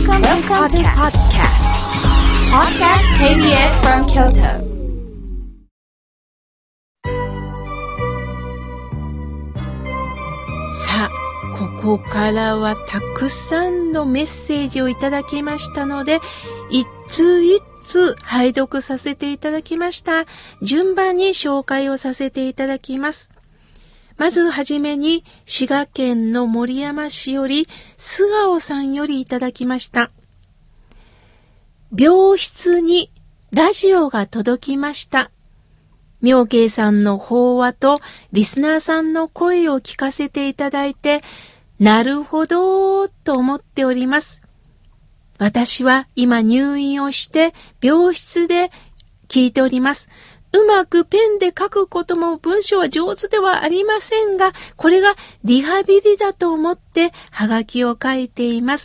Welcome to podcast KBS from Kyoto. さあ、ここからはたくさんのメッセージをいただきましたので、一通一通拝読させていただきました。順番に紹介をさせていただきます。まずはじめに滋賀県の守山市より菅尾さんよりいただきました。病室にラジオが届きました。妙慶さんの法話とリスナーさんの声を聞かせていただいて、なるほどと思っております。私は今入院をして病室で聞いております。うまくペンで書くことも文章は上手ではありませんが、これがリハビリだと思ってハガキを書いています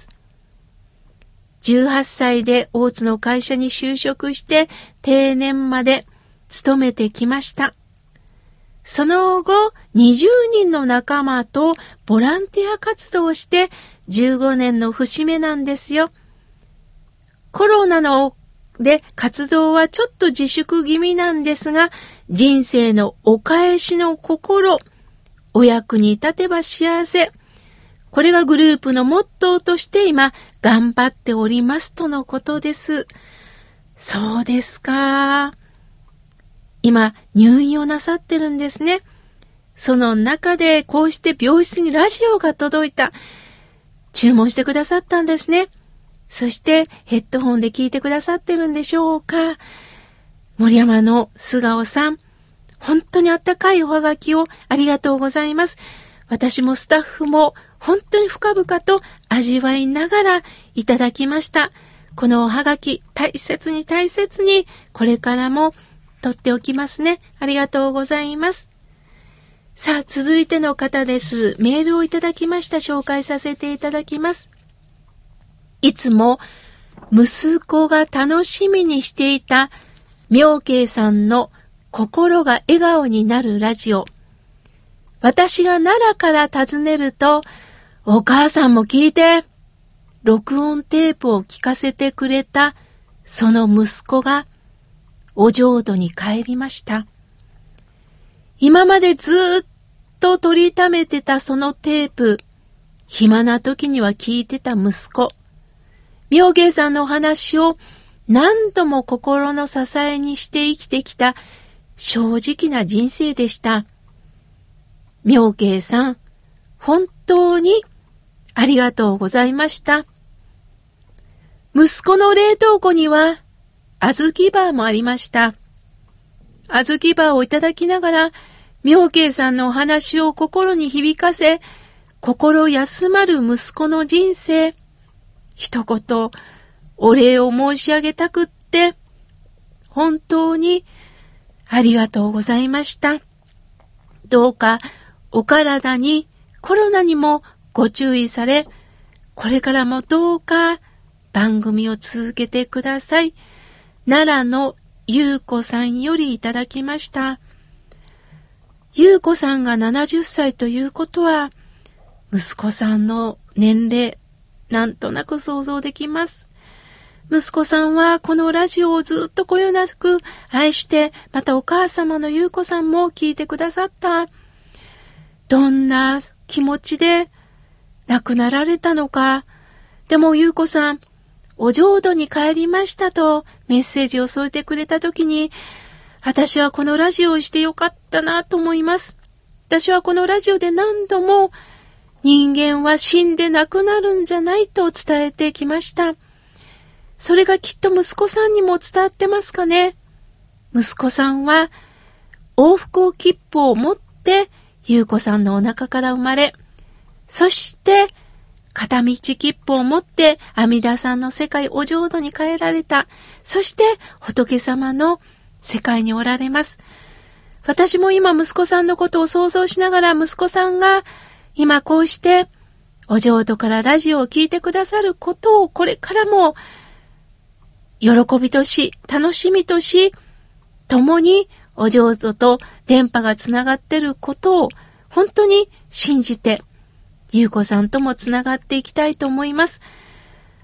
。18歳で大津の会社に就職して定年まで勤めてきました。その後、20人の仲間とボランティア活動をして15年の節目なんですよ。コロナので活動はちょっと自粛気味なんですが、人生のお返しの心、お役に立てば幸せ。これがグループのモットーとして今頑張っておりますとのことです。そうですか。今入院をなさってるんですね。その中でこうして病室にラジオが届いた。注文してくださったんですね。そしてヘッドホンで聞いてくださってるんでしょうか。森山の菅尾さん、本当にあったかいおはがきをありがとうございます。私もスタッフも本当に深々と味わいながらいただきました。このおはがき、大切にこれからも取っておきますね。ありがとうございます。さあ、続いての方です。メールをいただきました。紹介させていただきます。いつも息子が楽しみにしていた妙慶さんの心が笑顔になるラジオ。私が奈良から訪ねると、お母さんも聞いて、録音テープを聞かせてくれたその息子がお浄土に帰りました。今までずっと取りためてたそのテープ、暇な時には聞いてた息子。妙慶さんのお話を何度も心の支えにして生きてきた正直な人生でした。妙慶さん、本当にありがとうございました。息子の冷凍庫には小豆バーもありました。小豆バーをいただきながら、妙慶さんのお話を心に響かせ、心休まる息子の人生、一言お礼を申し上げたくって、本当にありがとうございました。どうかお体にコロナにもご注意され、これからもどうか番組を続けてください。奈良のゆうこさんよりいただきました。ゆうこさんが70歳ということは、息子さんの年齢、なんとなく想像できます。息子さんはこのラジオをずっとこよなく愛して、またお母様のゆうこさんも聞いてくださった。どんな気持ちで亡くなられたのか。でもゆうこさん、お浄土に帰りましたとメッセージを添えてくれたときに、私はこのラジオをしてよかったなと思います。私はこのラジオで何度も人間は死んで亡くなるんじゃないと伝えてきました。それがきっと息子さんにも伝わってますかね。息子さんは往復切符を持って優子さんのお腹から生まれ、そして片道切符を持って阿弥陀さんの世界お浄土に帰られた。そして仏様の世界におられます。私も今息子さんのことを想像しながら、息子さんが今こうしてお浄土からラジオを聞いてくださることをこれからも喜びとし、楽しみとし、共にお浄土と電波がつながっていることを本当に信じて、ゆうこさんともつながっていきたいと思います。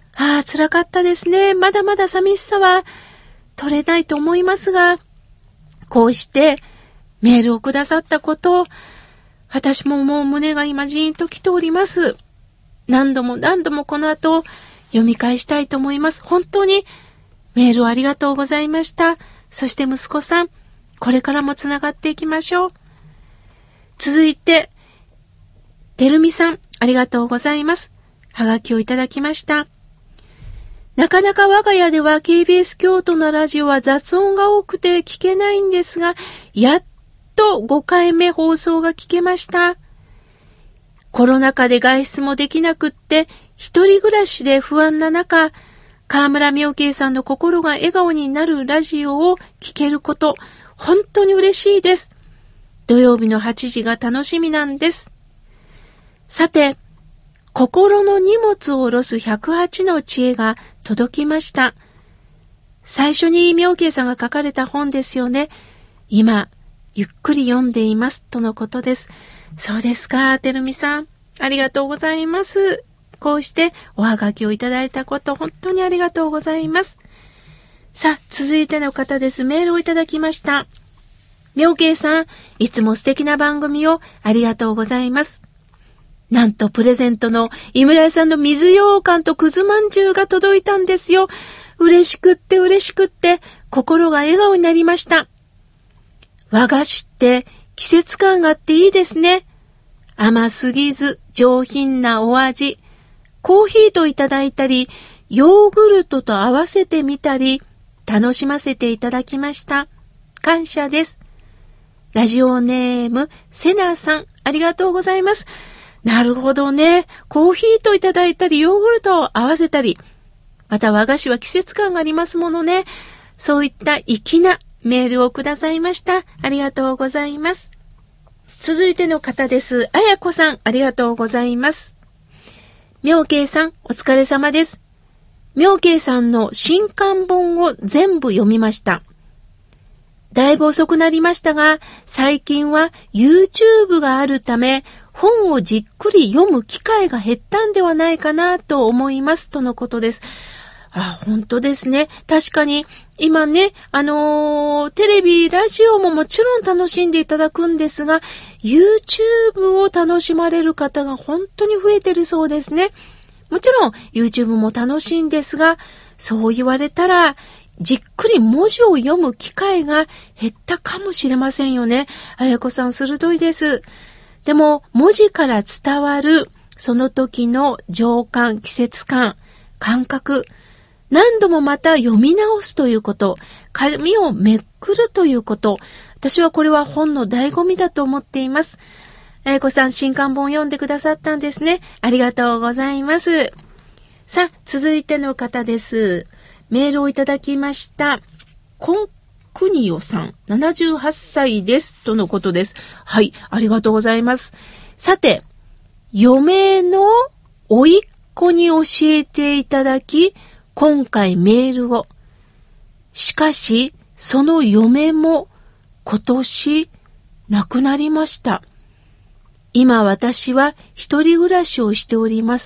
辛かったですね。まだまだ寂しさは取れないと思いますが、こうしてメールをくださったこと、私ももう胸が今ジーンときております。何度も何度もこの後読み返したいと思います。本当にメールをありがとうございました。そして息子さん、これからもつながっていきましょう。続いて、てるみさん、ありがとうございます。はがきをいただきました。なかなか我が家では KBS 京都のラジオは雑音が多くて聞けないんですが、やっと5回目放送が聞けました。コロナ禍で外出もできなくって、一人暮らしで不安な中、河村明慶さんの心が笑顔になるラジオを聞けること、本当に嬉しいです。土曜日の8時が楽しみなんです。さて、心の荷物を下ろす108の知恵が届きました。最初に明慶さんが書かれた本ですよね。今、ゆっくり読んでいますとのことです。そうですか、てるみさん。ありがとうございます。こうしておはがきをいただいたこと、本当にありがとうございます。さあ、続いての方です。メールをいただきました。明慶さん、いつも素敵な番組をありがとうございます。なんとプレゼントの井村屋さんの水羊羹とくずまんじゅうが届いたんですよ。嬉しくって心が笑顔になりました。和菓子って季節感があっていいですね。甘すぎず上品なお味。コーヒーといただいたり、ヨーグルトと合わせてみたり、楽しませていただきました。感謝です。ラジオネームセナさん、ありがとうございます。なるほどね。コーヒーといただいたり、ヨーグルトを合わせたり、また和菓子は季節感がありますものね。そういった粋なメールをくださいました。ありがとうございます。続いての方です。あやこさん、ありがとうございます。明慶さん、お疲れ様です。明慶さんの新刊本を全部読みました。だいぶ遅くなりましたが、最近は YouTube があるため、本をじっくり読む機会が減ったんではないかなと思いますとのことです。本当ですね。確かに今ね、テレビ、ラジオももちろん楽しんでいただくんですが、YouTube を楽しまれる方が本当に増えてるそうですね。もちろん YouTube も楽しいんですが、そう言われたら、じっくり文字を読む機会が減ったかもしれませんよね。あやこさん鋭いです。でも文字から伝わるその時の情感、季節感、感覚、何度もまた読み直すということ、紙をめくるということ、私はこれは本の醍醐味だと思っています。あやこさん、新刊本読んでくださったんですね。ありがとうございます。さあ、続いての方です。メールをいただきました。コンクニオさん、78歳です。とのことです。はい、ありがとうございます。さて、嫁の甥っ子に教えていただき、今回メールを。しかし、その嫁も今年亡くなりました。今私は一人暮らしをしております。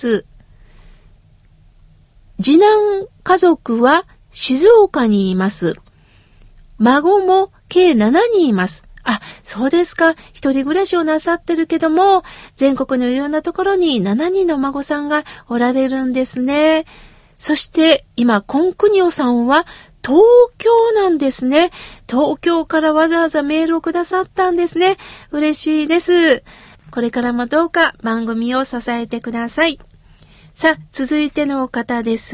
次男家族は静岡にいます。孫も計7人います。そうですか。一人暮らしをなさってるけども、全国のいろんなところに7人のお孫さんがおられるんですね。そして今、コンクニオさんは東京なんですね。東京からわざわざメールをくださったんですね。嬉しいです。これからもどうか番組を支えてください。さあ、続いての方です。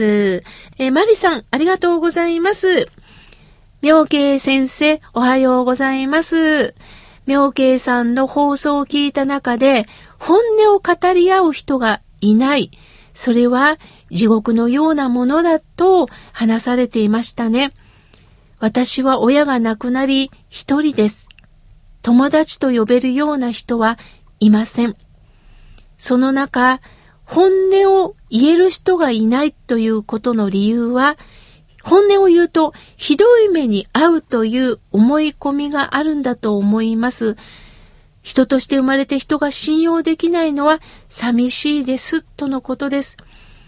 マリさん、ありがとうございます。明慶先生、おはようございます。明慶さんの放送を聞いた中で、本音を語り合う人がいない。それは地獄のようなものだと話されていましたね。私は親が亡くなり一人です。友達と呼べるような人はいません。その中、本音を言える人がいないということの理由は、本音を言うとひどい目に遭うという思い込みがあるんだと思います。人として生まれて人が信用できないのは寂しいですとのことです。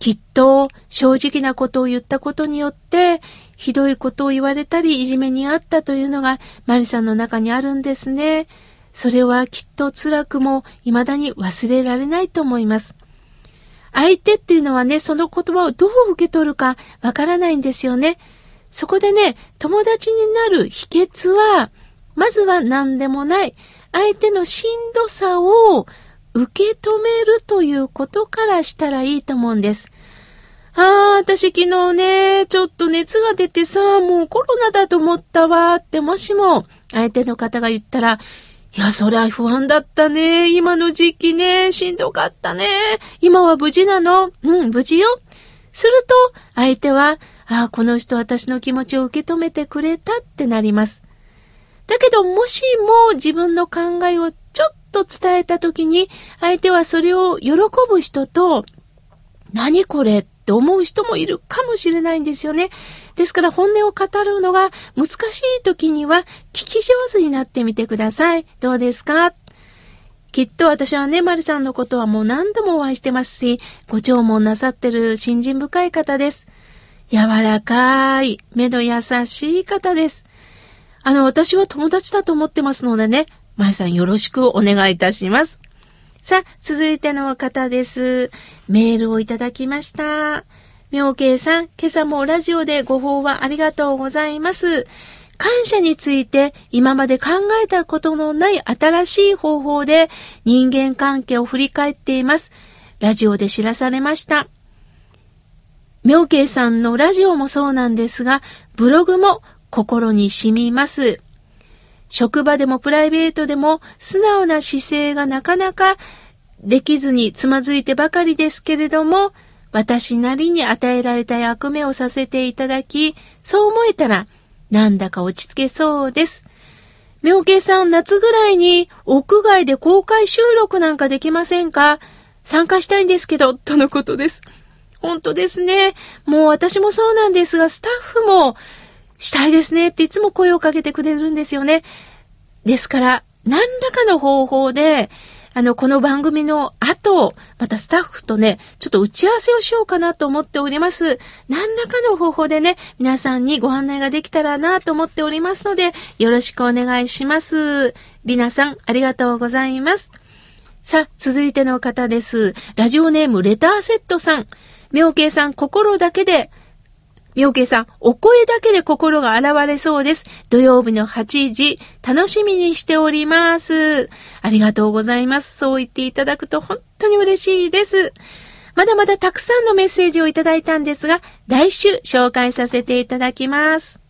きっと正直なことを言ったことによってひどいことを言われたりいじめにあったというのがマリさんの中にあるんですね。それはきっと辛くも未だに忘れられないと思います。相手っていうのはね、その言葉をどう受け取るかわからないんですよね。そこでね、友達になる秘訣は、まずは何でもない相手のしんどさを受け止めるということからしたらいいと思うんです。私昨日ね、ちょっと熱が出てさ、もうコロナだと思ったわってもしも相手の方が言ったら、いや、そりゃ不安だったね。今の時期ね、しんどかったね。今は無事なの？無事よ。すると、相手は、この人私の気持ちを受け止めてくれたってなります。だけど、もしも自分の考えをちょっと伝えたときに、相手はそれを喜ぶ人と、何これって思う人もいるかもしれないんですよね。ですから本音を語るのが難しい時には聞き上手になってみてください。どうですか？きっと私はね、マリさんのことはもう何度もお会いしてますし、ご弔問なさってる信心深い方です。柔らかい、目の優しい方です。私は友達だと思ってますのでね、マリさんよろしくお願いいたします。さあ、続いての方です。メールをいただきました。妙慶さん、今朝もラジオでご報話ありがとうございます。感謝について今まで考えたことのない新しい方法で人間関係を振り返っています。ラジオで知らされました。妙慶さんのラジオもそうなんですが、ブログも心に染みます。職場でもプライベートでも素直な姿勢がなかなかできずにつまずいてばかりですけれども、私なりに与えられた役目をさせていただき、そう思えたらなんだか落ち着けそうです。妙慶さん、夏ぐらいに屋外で公開収録なんかできませんか？参加したいんですけど、とのことです。本当ですね。もう私もそうなんですが、スタッフもしたいですねっていつも声をかけてくれるんですよね。ですから、何らかの方法で、この番組の後、またスタッフとね、ちょっと打ち合わせをしようかなと思っております。何らかの方法でね、皆さんにご案内ができたらなと思っておりますので、よろしくお願いします。りなさん、ありがとうございます。さあ、続いての方です。ラジオネームレターセットさん。妙慶さん、妙慶さん、お声だけで心が洗われそうです。土曜日の8時、楽しみにしております。ありがとうございます。そう言っていただくと本当に嬉しいです。まだまだたくさんのメッセージをいただいたんですが、来週紹介させていただきます。